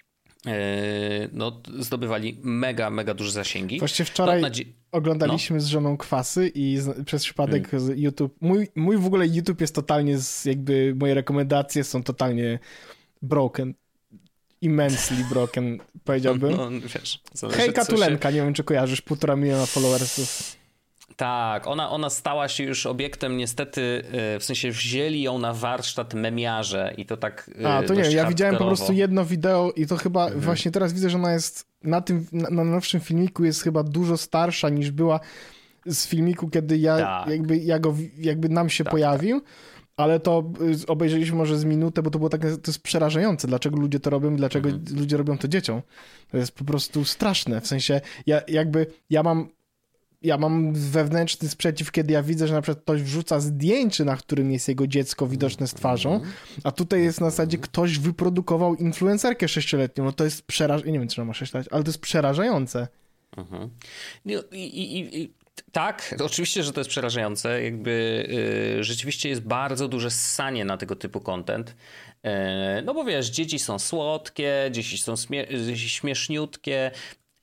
no, zdobywali mega, mega duże zasięgi.
Właśnie wczoraj no, dzie- oglądaliśmy no. z żoną Kwasy i z, przez przypadek hmm. z YouTube, mój, mój w ogóle YouTube jest totalnie, z, jakby moje rekomendacje są totalnie broken. Immensely broken, powiedziałbym. No, no, wiesz, Hejka Tulenka, się... nie wiem czy kojarzysz, półtora miliona followersów.
Tak, ona, ona stała się już obiektem niestety, w sensie wzięli ją na warsztat memiarze i to tak
A, to nie, ja widziałem po prostu jedno wideo i to chyba mhm. właśnie teraz widzę, że ona jest na tym, na, na nowszym filmiku jest chyba dużo starsza niż była z filmiku, kiedy ja tak. jakby, ja go, jakby nam się tak, pojawił. Tak. Ale to obejrzeliśmy może z minutę, bo to było takie, to jest przerażające, dlaczego ludzie to robią, dlaczego mhm. ludzie robią to dzieciom. To jest po prostu straszne, w sensie ja jakby, ja mam Ja mam wewnętrzny sprzeciw, kiedy ja widzę, że na przykład ktoś wrzuca zdjęcie, na którym jest jego dziecko widoczne z twarzą, a tutaj jest na zasadzie ktoś wyprodukował influencerkę sześcioletnią. No to jest przerażające. Nie wiem, czy ona ma sześć lat, ale to jest przerażające.
Mhm. I, i, i, tak, oczywiście, że to jest przerażające. Jakby yy, rzeczywiście jest bardzo duże ssanie na tego typu content. Yy, no bo wiesz, dzieci są słodkie, dzieci są śmie- śmieszniutkie.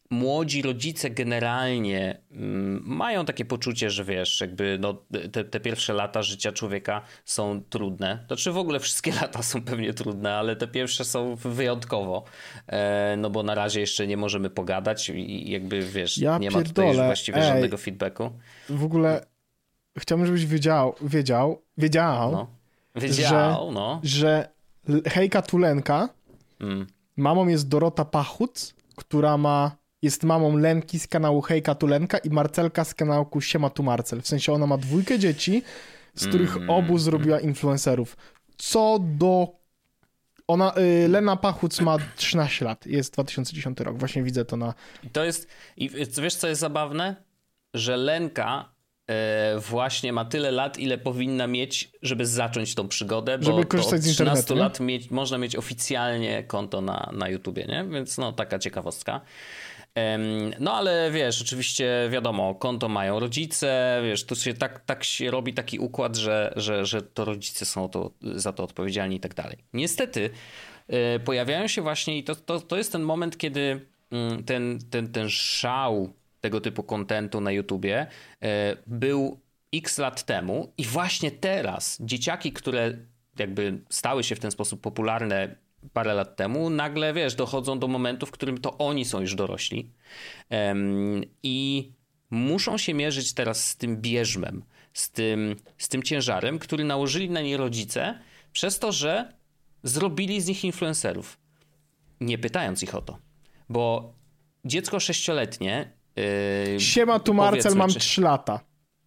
młodzi rodzice generalnie mm, mają takie poczucie, że wiesz, jakby no, te, te pierwsze lata życia człowieka są trudne. Znaczy w ogóle wszystkie lata są pewnie trudne, ale te pierwsze są wyjątkowo. E, no bo na razie jeszcze nie możemy pogadać i jakby wiesz,
ja
nie
pierdolę.
ma tutaj już właściwie Ej, żadnego feedbacku.
W ogóle chciałbym, żebyś wiedział, wiedział, wiedział,
no. wiedział
że,
no.
że Hejka Tulenka mm. mamą jest Dorota Pachuc, która ma jest mamą Lenki z kanału Hejka Tulenka i Marcelka z kanału Siema tu Marcel. W sensie ona ma dwójkę dzieci, z których mm. obu zrobiła influencerów. Co do... Ona, y, Lena Pachuc ma trzynaście lat. Jest dwa tysiące dziesiąty rok. Właśnie widzę to na...
I to jest... I wiesz, co jest zabawne? Że Lenka y, właśnie ma tyle lat, ile powinna mieć, żeby zacząć tą przygodę, bo
żeby korzystać z internetu,
trzynastu lat mieć, można mieć oficjalnie konto na, na YouTubie, nie? Więc no, taka ciekawostka. No ale wiesz, oczywiście wiadomo, konto mają rodzice, wiesz, to się tak, tak się robi taki układ, że, że, że to rodzice są to, za to odpowiedzialni i tak dalej. Niestety y, pojawiają się właśnie i to, to, to jest ten moment, kiedy y, ten, ten, ten szał tego typu kontentu na YouTubie y, był x lat temu i właśnie teraz dzieciaki, które jakby stały się w ten sposób popularne parę lat temu, nagle, wiesz, dochodzą do momentu, w którym to oni są już dorośli um, i muszą się mierzyć teraz z tym bierzmem, z tym, z tym ciężarem, który nałożyli na nie rodzice przez to, że zrobili z nich influencerów, nie pytając ich o to. Bo dziecko sześcioletnie... Yy,
Siema, tu Marcel, mam
czy...
trzy lata.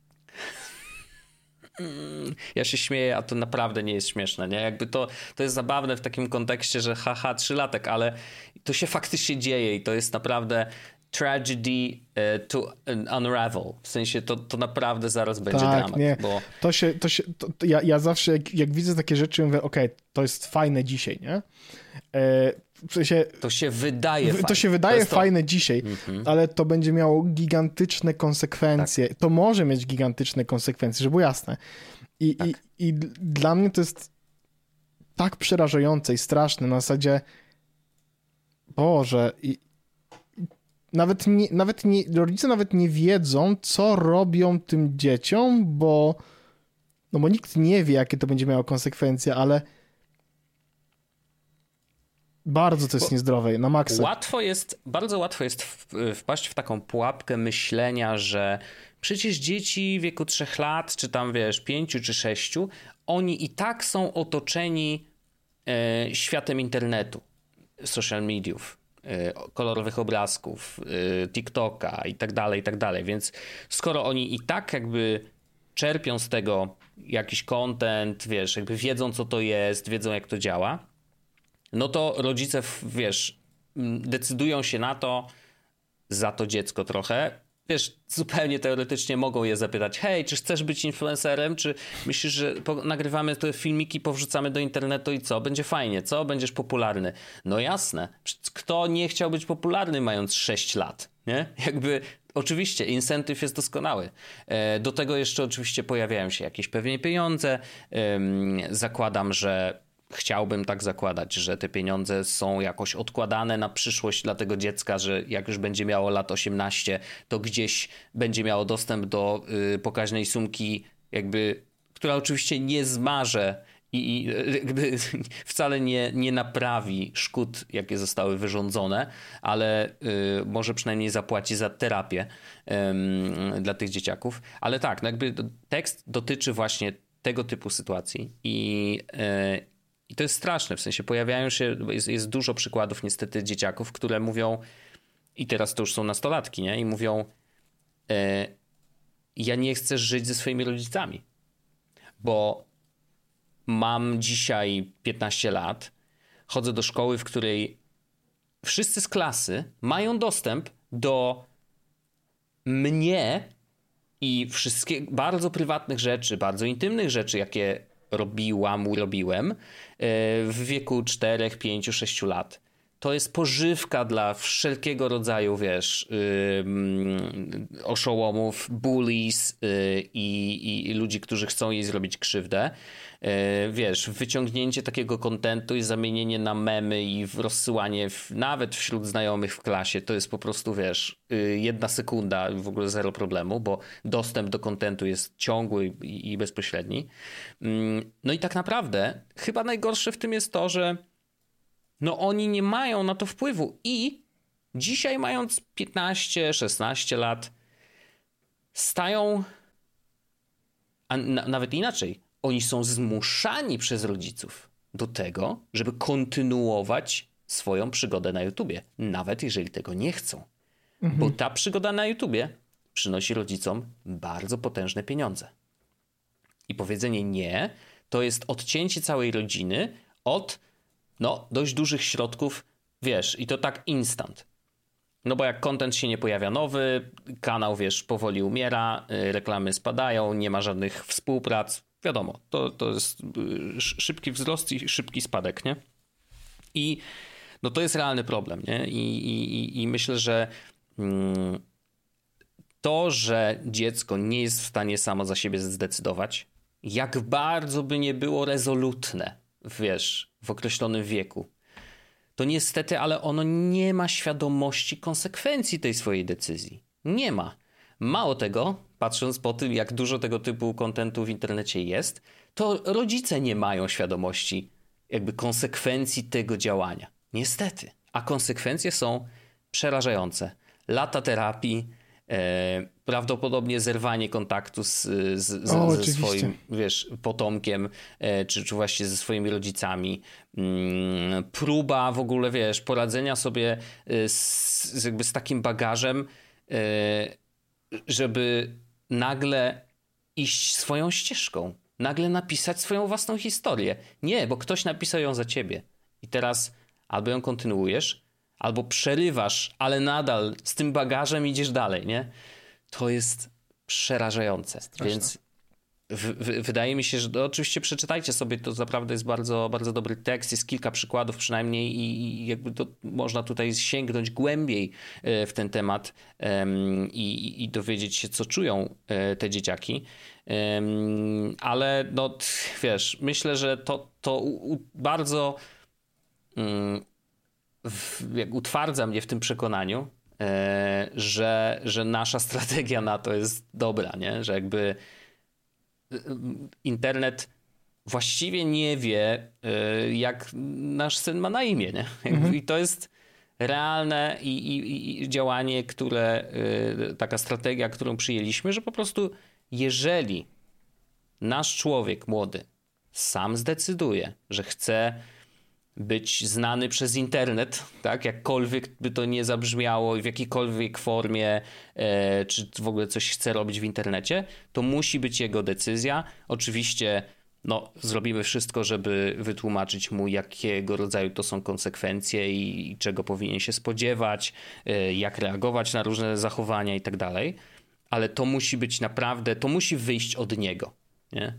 Ja się śmieję, a to naprawdę nie jest śmieszne, nie? Jakby to, to jest zabawne w takim kontekście, że haha, trzylatek, ale to się faktycznie dzieje i to jest naprawdę tragedy to unravel. W sensie to, to naprawdę zaraz będzie
tak,
dramat.
Nie.
Bo...
To się, to się, to, to ja, ja zawsze jak, jak widzę takie rzeczy, mówię, okej, okay, to jest fajne dzisiaj, nie? E, w sensie,
to się wydaje
w,
fajne.
To się wydaje
to
fajne to. dzisiaj, mm-hmm. ale to będzie miało gigantyczne konsekwencje. Tak. To może mieć gigantyczne konsekwencje, żeby było jasne. I, tak. i, I dla mnie to jest tak przerażające i straszne na zasadzie Boże, i, i nawet, nie, nawet nie, rodzice nawet nie wiedzą, co robią tym dzieciom, bo no bo nikt nie wie, jakie to będzie miało konsekwencje, ale bardzo to jest Bo niezdrowe, na maksa.
Łatwo jest, bardzo łatwo jest wpaść w taką pułapkę myślenia, że przecież dzieci w wieku trzech lat, czy tam wiesz, pięciu czy sześciu, oni i tak są otoczeni e, światem internetu, social mediów, e, kolorowych obrazków, e, TikToka i tak dalej, i tak dalej. Więc skoro oni i tak jakby czerpią z tego jakiś content, wiesz, jakby wiedzą, co to jest, wiedzą, jak to działa, no to rodzice, wiesz, decydują się na to, za to dziecko trochę. Wiesz, zupełnie teoretycznie mogą je zapytać, hej, czy chcesz być influencerem, czy myślisz, że nagrywamy te filmiki, powrzucamy do internetu i co? Będzie fajnie, co? Będziesz popularny. No jasne. Kto nie chciał być popularny mając sześć lat, nie? Jakby... Oczywiście, incentyw jest doskonały. Do tego jeszcze oczywiście pojawiają się jakieś pewnie pieniądze. Zakładam, że chciałbym tak zakładać, że te pieniądze są jakoś odkładane na przyszłość dla tego dziecka, że jak już będzie miało lat osiemnaście, to gdzieś będzie miało dostęp do pokaźnej sumki, jakby, która oczywiście nie zmarze i jakby wcale nie, nie naprawi szkód, jakie zostały wyrządzone, ale y, może przynajmniej zapłaci za terapię y, dla tych dzieciaków. Ale tak, no jakby tekst dotyczy właśnie tego typu sytuacji i, y, i to jest straszne, w sensie pojawiają się, jest, jest dużo przykładów niestety dzieciaków, które mówią, i teraz to już są nastolatki, nie? I mówią, y, ja nie chcę żyć ze swoimi rodzicami, bo mam dzisiaj piętnaście lat, chodzę do szkoły, w której wszyscy z klasy mają dostęp do mnie i wszystkich bardzo prywatnych rzeczy, bardzo intymnych rzeczy, jakie robiłam, robiłem w wieku czterech, pięciu, sześciu lat. to jest pożywka dla wszelkiego rodzaju, wiesz, yy, oszołomów, bullies yy, i, i ludzi, którzy chcą jej zrobić krzywdę. Yy, wiesz, wyciągnięcie takiego kontentu i zamienienie na memy i rozsyłanie w, nawet wśród znajomych w klasie, to jest po prostu, wiesz, yy, jedna sekunda, w ogóle zero problemu, bo dostęp do kontentu jest ciągły i, i bezpośredni. Yy, no i tak naprawdę chyba najgorsze w tym jest to, że no oni nie mają na to wpływu i dzisiaj, mając piętnaście szesnaście lat, stają, a na, nawet inaczej, oni są zmuszani przez rodziców do tego, żeby kontynuować swoją przygodę na YouTubie, nawet jeżeli tego nie chcą. Mhm. Bo ta przygoda na YouTubie przynosi rodzicom bardzo potężne pieniądze. I powiedzenie nie, to jest odcięcie całej rodziny od no, dość dużych środków, wiesz, i to tak instant. No bo jak content się nie pojawia nowy, kanał, wiesz, powoli umiera, reklamy spadają, nie ma żadnych współprac. Wiadomo, to, to jest szybki wzrost i szybki spadek, nie? I no to jest realny problem, nie? I, i, i myślę, że mm, to, że dziecko nie jest w stanie samo za siebie zdecydować, jak bardzo by nie było rezolutne, wiesz, w określonym wieku, to niestety, ale ono nie ma świadomości konsekwencji tej swojej decyzji. Nie ma. Mało tego, patrząc po tym, jak dużo tego typu kontentu w internecie jest, to rodzice nie mają świadomości jakby konsekwencji tego działania. Niestety. A konsekwencje są przerażające. Lata terapii, E, prawdopodobnie zerwanie kontaktu z, z,
o,
ze swoim, wiesz, potomkiem, e, czy, czy właśnie ze swoimi rodzicami. Mm, próba w ogóle, wiesz, poradzenia sobie z, jakby z takim bagażem, e, żeby nagle iść swoją ścieżką. Nagle napisać swoją własną historię. Nie, bo ktoś napisał ją za ciebie. I teraz albo ją kontynuujesz, albo przerywasz, ale nadal z tym bagażem idziesz dalej, nie? To jest przerażające. Straszne. Więc w, w, wydaje mi się, że no, oczywiście przeczytajcie sobie, to naprawdę jest bardzo, bardzo dobry tekst, jest kilka przykładów przynajmniej i, i jakby to można tutaj sięgnąć głębiej w ten temat um, i, i dowiedzieć się, co czują te dzieciaki. Um, ale no wiesz, myślę, że to, to u, u, bardzo um, W, jak utwardza mnie w tym przekonaniu, e, że, że nasza strategia na to jest dobra, nie? Że jakby internet właściwie nie wie, e, jak nasz syn ma na imię, nie? Mhm. I to jest realne i, i, i działanie, które, e, taka strategia, którą przyjęliśmy, że po prostu jeżeli nasz człowiek młody sam zdecyduje, że chce być znany przez internet, tak, jakkolwiek by to nie zabrzmiało i w jakiejkolwiek formie, e, czy w ogóle coś chce robić w internecie, to musi być jego decyzja. Oczywiście no, zrobimy wszystko, żeby wytłumaczyć mu, jakiego rodzaju to są konsekwencje i, i czego powinien się spodziewać, e, jak reagować na różne zachowania i tak dalej, ale to musi być naprawdę, to musi wyjść od niego, nie?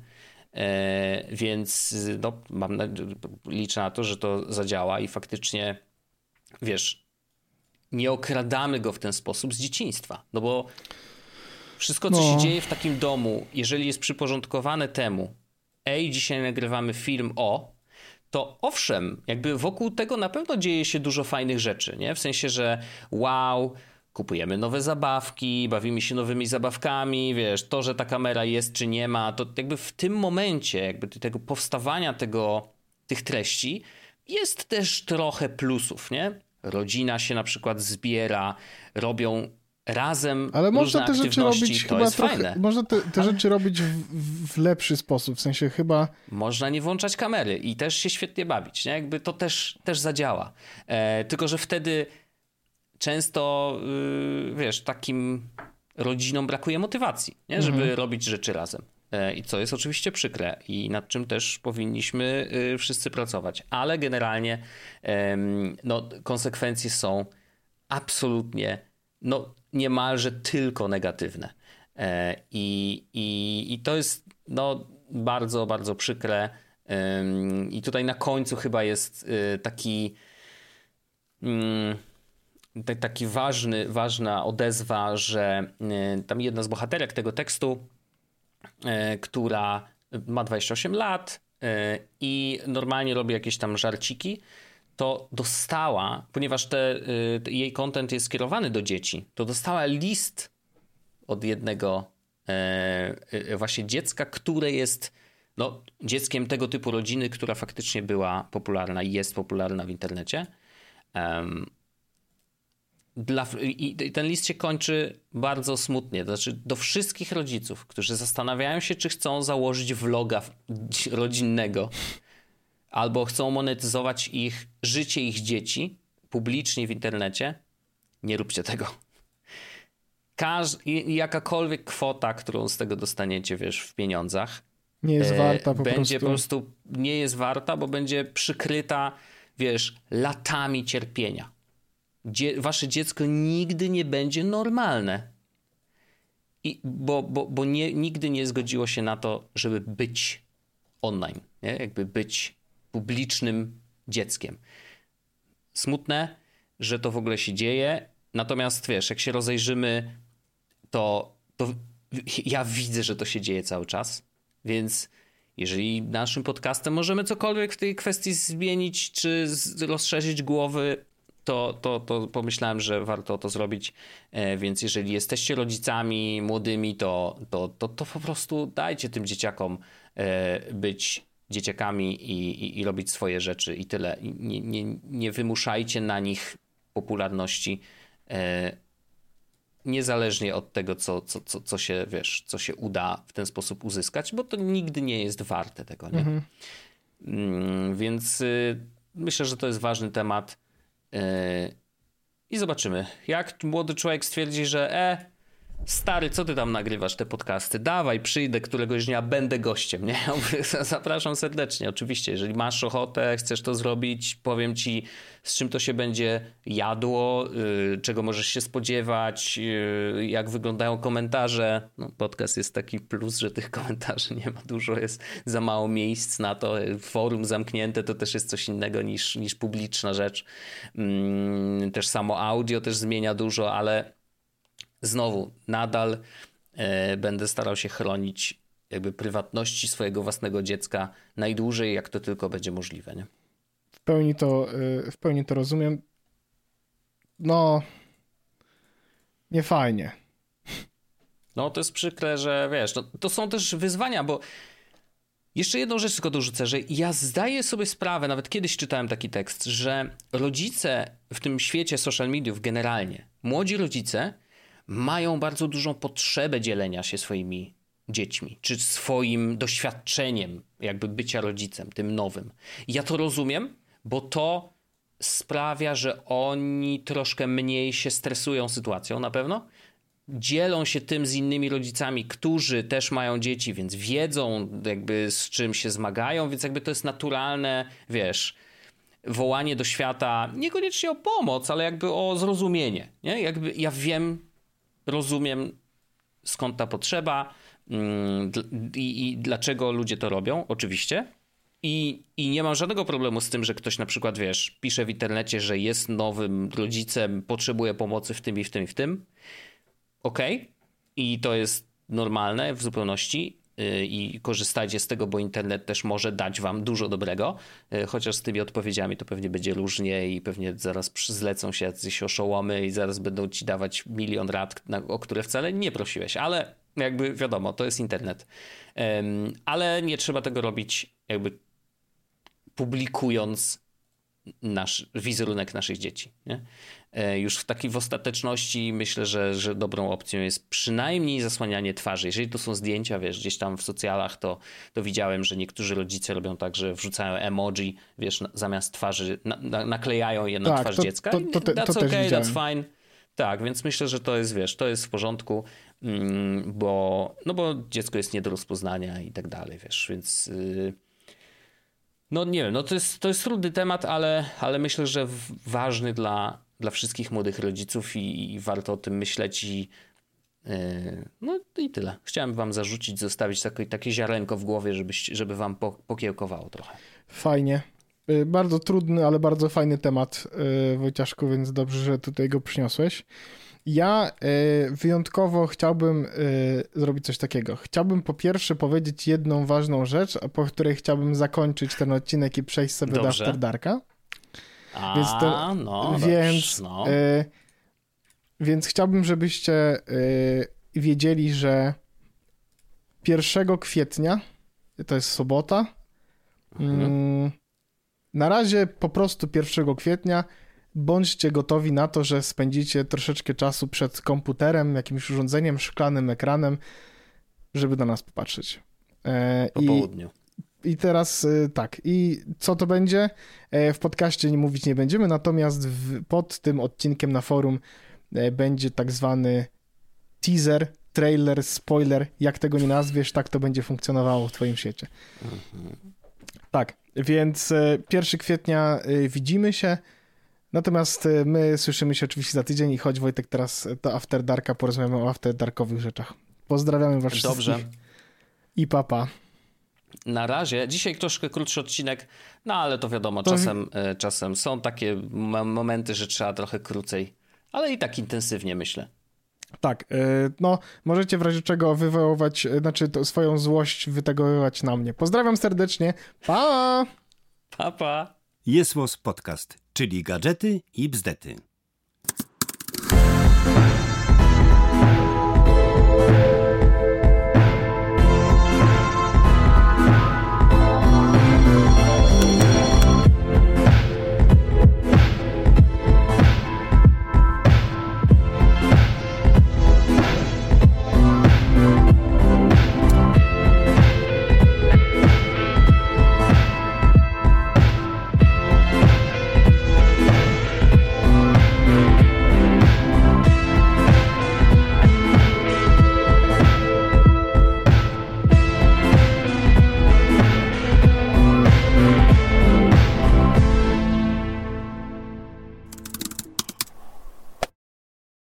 E, więc no, mam, liczę na to, że to zadziała i faktycznie, wiesz, nie okradamy go w ten sposób z dzieciństwa. No bo wszystko, co no. się dzieje w takim domu, jeżeli jest przyporządkowane temu, ej, dzisiaj nagrywamy film o, to owszem, jakby wokół tego na pewno dzieje się dużo fajnych rzeczy, nie? W sensie, że wow, kupujemy nowe zabawki, bawimy się nowymi zabawkami, wiesz, to, że ta kamera jest czy nie ma, to jakby w tym momencie jakby tego powstawania tego, tych treści jest też trochę plusów, nie? Rodzina się na przykład zbiera, robią razem
ale można te rzeczy robić
to
chyba
jest
trochę,
fajne.
Można te, te rzeczy robić w, w lepszy sposób, w sensie chyba...
Można nie włączać kamery i też się świetnie bawić, nie? Jakby to też, też zadziała. E, tylko, że wtedy często, yy, wiesz, takim rodzinom brakuje motywacji, nie? Żeby mhm. robić rzeczy razem. E, I co jest oczywiście przykre i nad czym też powinniśmy yy, wszyscy pracować. Ale generalnie yy, no, konsekwencje są absolutnie, no niemalże tylko negatywne. E, i, i, I to jest no, bardzo, bardzo przykre. Yy, I tutaj na końcu chyba jest yy, taki taki ważny, ważna odezwa, że tam jedna z bohaterek tego tekstu, która ma dwadzieścia osiem lat i normalnie robi jakieś tam żarciki, to dostała, ponieważ te, jej content jest skierowany do dzieci, to dostała list od jednego właśnie dziecka, które jest no, dzieckiem tego typu rodziny, która faktycznie była popularna i jest popularna w internecie. Um, dla, i ten list się kończy bardzo smutnie. To znaczy do wszystkich rodziców, którzy zastanawiają się, czy chcą założyć vloga rodzinnego albo chcą monetyzować ich życie ich dzieci publicznie w internecie, nie róbcie tego. Każ, jakakolwiek kwota, którą z tego dostaniecie, wiesz, w pieniądzach,
nie jest warta po
będzie
prostu.
po prostu nie jest warta, bo będzie przykryta, wiesz, latami cierpienia. Dzie- wasze dziecko nigdy nie będzie normalne. I, bo bo, bo nie, nigdy nie zgodziło się na to, żeby być online, nie? Jakby być publicznym dzieckiem. Smutne, że to w ogóle się dzieje. Natomiast wiesz, jak się rozejrzymy, to, to ja widzę, że to się dzieje cały czas. Więc jeżeli naszym podcastem możemy cokolwiek w tej kwestii zmienić, czy rozszerzyć głowy, to, to, to pomyślałem, że warto to zrobić. Więc jeżeli jesteście rodzicami młodymi, to, to, to, to po prostu dajcie tym dzieciakom być dzieciakami i, i, i robić swoje rzeczy i tyle. Nie, nie, nie wymuszajcie na nich popularności, niezależnie od tego, co, co, co, co się, wiesz, co się uda w ten sposób uzyskać, bo to nigdy nie jest warte tego, nie? Mhm. Więc y, myślę, że to jest ważny temat y, i zobaczymy. Jak młody człowiek stwierdzi, że e, stary, co ty tam nagrywasz te podcasty? Dawaj, przyjdę któregoś dnia, będę gościem, nie? Zapraszam serdecznie, oczywiście. Jeżeli masz ochotę, chcesz to zrobić, powiem ci, z czym to się będzie jadło, yy, czego możesz się spodziewać, yy, jak wyglądają komentarze. No, podcast jest taki plus, że tych komentarzy nie ma dużo, jest za mało miejsc na to. Forum zamknięte to też jest coś innego niż, niż publiczna rzecz. Yy, też samo audio też zmienia dużo, ale znowu, nadal e, będę starał się chronić jakby prywatności swojego własnego dziecka najdłużej, jak to tylko będzie możliwe, nie?
W pełni to, w pełni to rozumiem. No, nie fajnie.
No, to jest przykre, że wiesz, no, to są też wyzwania, bo jeszcze jedną rzecz tylko dorzucę, że ja zdaję sobie sprawę, nawet kiedyś czytałem taki tekst, że rodzice w tym świecie social mediów generalnie, młodzi rodzice mają bardzo dużą potrzebę dzielenia się swoimi dziećmi, czy swoim doświadczeniem jakby bycia rodzicem, tym nowym. I ja to rozumiem, bo to sprawia, że oni troszkę mniej się stresują sytuacją na pewno. Dzielą się tym z innymi rodzicami, którzy też mają dzieci, więc wiedzą jakby z czym się zmagają, więc jakby to jest naturalne, wiesz, wołanie do świata, niekoniecznie o pomoc, ale jakby o zrozumienie, nie? Jakby ja wiem, rozumiem skąd ta potrzeba i, i dlaczego ludzie to robią, oczywiście. I, I nie mam żadnego problemu z tym, że ktoś na przykład, wiesz, pisze w internecie, że jest nowym rodzicem, potrzebuje pomocy w tym i w tym i w tym. Okej. Okay. I to jest normalne w zupełności i korzystajcie z tego, bo internet też może dać wam dużo dobrego, chociaż z tymi odpowiedziami to pewnie będzie różnie i pewnie zaraz zlecą się jacyś oszołomy i zaraz będą ci dawać milion rad, o które wcale nie prosiłeś, ale jakby wiadomo, to jest internet. Ale nie trzeba tego robić jakby publikując nasz wizerunek naszych dzieci, nie? Już w takiej w ostateczności myślę, że, że dobrą opcją jest przynajmniej zasłanianie twarzy. Jeżeli to są zdjęcia, wiesz, gdzieś tam w socjalach, to, to widziałem, że niektórzy rodzice robią tak, że wrzucają emoji, wiesz, na, zamiast twarzy, na, na, naklejają je na
tak,
twarz
to,
dziecka.
To, to, to,
that's
to
okay,
też
that's fine. Tak, więc myślę, że to jest, wiesz, to jest w porządku, bo, no bo dziecko jest nie do rozpoznania i tak dalej, wiesz, więc... Yy... No nie wiem, no to jest, to jest trudny temat, ale, ale myślę, że ważny dla, dla wszystkich młodych rodziców i, i warto o tym myśleć i yy, no i tyle. Chciałem wam zarzucić, zostawić takie, takie ziarenko w głowie, żeby, żeby wam po, pokiełkowało trochę.
Fajnie. Bardzo trudny, ale bardzo fajny temat, Wojciaszku, więc dobrze, że tutaj go przyniosłeś. Ja wyjątkowo chciałbym zrobić coś takiego. Chciałbym po pierwsze powiedzieć jedną ważną rzecz, po której chciałbym zakończyć ten odcinek i przejść sobie dobrze. do After Darka.
A,
więc to,
no,
więc,
no.
y, więc chciałbym, żebyście y, wiedzieli, że pierwszego kwietnia, to jest sobota, mhm. y, na razie po prostu pierwszego kwietnia bądźcie gotowi na to, że spędzicie troszeczkę czasu przed komputerem, jakimś urządzeniem, szklanym ekranem, żeby na nas popatrzeć.
Y, po I, południu.
I teraz tak, i co to będzie? W podcaście nie mówić nie będziemy, natomiast w, pod tym odcinkiem na forum będzie tak zwany teaser, trailer, spoiler, jak tego nie nazwiesz, tak to będzie funkcjonowało w twoim świecie. Mhm. Tak, więc pierwszego kwietnia widzimy się, natomiast my słyszymy się oczywiście za tydzień i chodź Wojtek teraz do After Darka, porozmawiamy o After Darkowych rzeczach. Pozdrawiamy was wszystkich. Dobrze. I papa.
Na razie. Dzisiaj troszkę krótszy odcinek, no ale to wiadomo, to... czasem, czasem są takie momenty, że trzeba trochę krócej, ale i tak intensywnie myślę.
Tak, no możecie w razie czego wywoływać, znaczy to swoją złość wytegowywać na mnie. Pozdrawiam serdecznie. Pa!
Pa, pa!
Jest Podcast, czyli gadżety i bzdety.